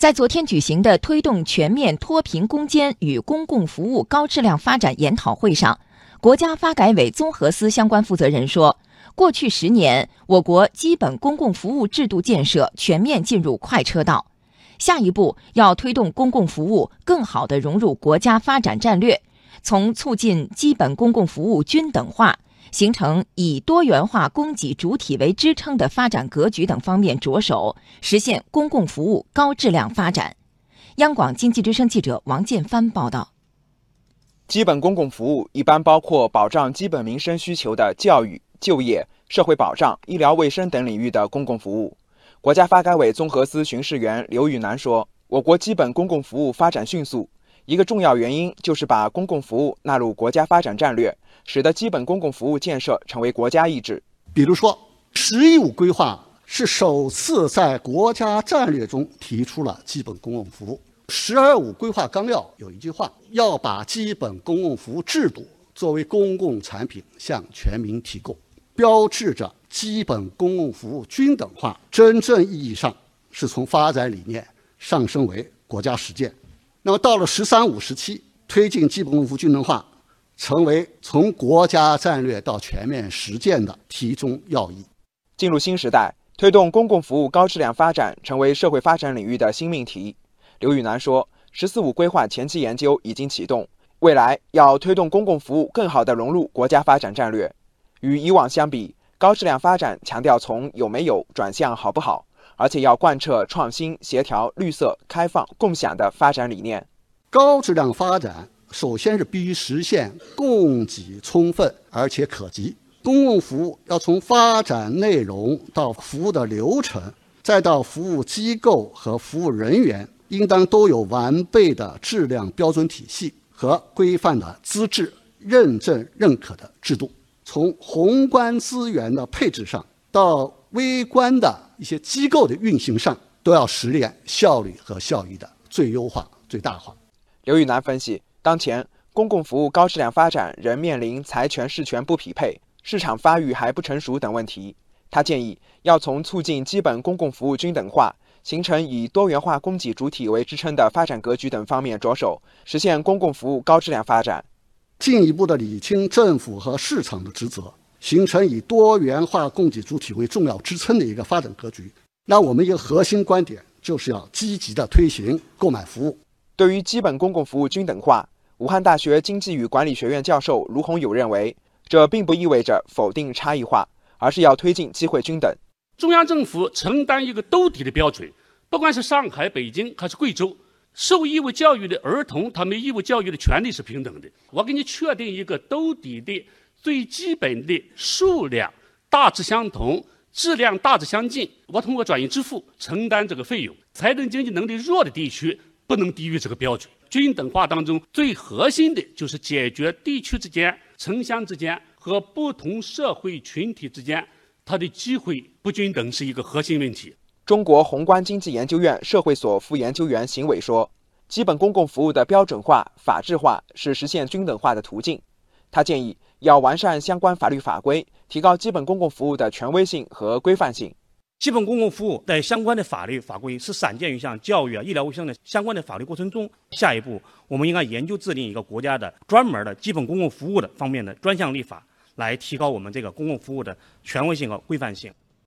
在昨天举行的推动全面脱贫攻坚与公共服务高质量发展研讨会上，国家发改委综合司相关负责人说，过去10年，我国基本公共服务制度建设全面进入快车道。下一步要推动公共服务更好地融入国家发展战略，从促进基本公共服务均等化，形成以多元化供给主体为支撑的发展格局等方面着手，实现公共服务高质量发展。央广经济之声记者王建帆报道。 基本公共服务一般包括保障基本民生需求的教育、就业、社会保障、医疗卫生等领域的公共服务。国家发改委综合司巡视员刘宇南说，我国基本公共服务发展迅速，一个重要原因就是把公共服务纳入国家发展战略，使得基本公共服务建设成为国家意志。 比如说“十一五”规划是首次在国家战略中提出了基本公共服务。“十二五”规划纲要有一句话，要把基本公共服务制度作为公共产品向全民提供，标志着基本公共服务均等化真正意义上是从发展理念上升为国家实践。那么到了“十三五”时期，推进基本公共服务均等化成为从国家战略到全面实践的题中要义。 进入新时代，推动公共服务高质量发展成为社会发展领域的新命题。刘宇南说，“十四五”规划前期研究已经启动，未来要推动公共服务更好地融入国家发展战略。与以往相比，高质量发展强调从有没有转向好不好，而且要贯彻创新、协调、绿色、开放、共享的发展理念。 高质量发展首先是必须实现供给充分而且可及。公共服务要从发展内容到服务的流程，再到服务机构和服务人员，应当都有完备的质量标准体系和规范的资质、认证、认可的制度。从宏观资源的配置上到微观的一些机构的运行上，都要实现效率和效益的最优化、最大化。 刘宇南分析，当前公共服务高质量发展仍面临财权事权不匹配、市场发育还不成熟等问题。他建议要从促进基本公共服务均等化，形成以多元化供给主体为支撑的发展格局等方面着手，实现公共服务高质量发展。 进一步的理清政府和市场的职责，形成以多元化供给主体为重要支撑的一个发展格局。那我们一个核心观点就是要积极的推行购买服务。 对于基本公共服务均等化，武汉大学经济与管理学院教授卢洪友认为，这并不意味着否定差异化，而是要推进机会均等。 中央政府承担一个兜底的标准，不管是上海、北京还是贵州，受义务教育的儿童，他们义务教育的权利是平等的。我给你确定一个兜底的最基本的数量大致相同，质量大致相近，我通过转移支付承担这个费用。财政经济能力弱的地区不能低于这个标准。均等化当中最核心的就是解决地区之间、城乡之间和不同社会群体之间它的机会不均等是一个核心问题。 中国宏观经济研究院社会所副研究员邢伟说，基本公共服务的标准化、法治化是实现均等化的途径。他建议要完善相关法律法规，提高基本公共服务的权威性和规范性。 基本公共服务在相关的法律法规是散见于像教育医疗卫生的相关的法律过程中，下一步我们应该研究制定一个国家的专门的基本公共服务的方面的专项立法，来提高我们这个公共服务的权威性和规范性。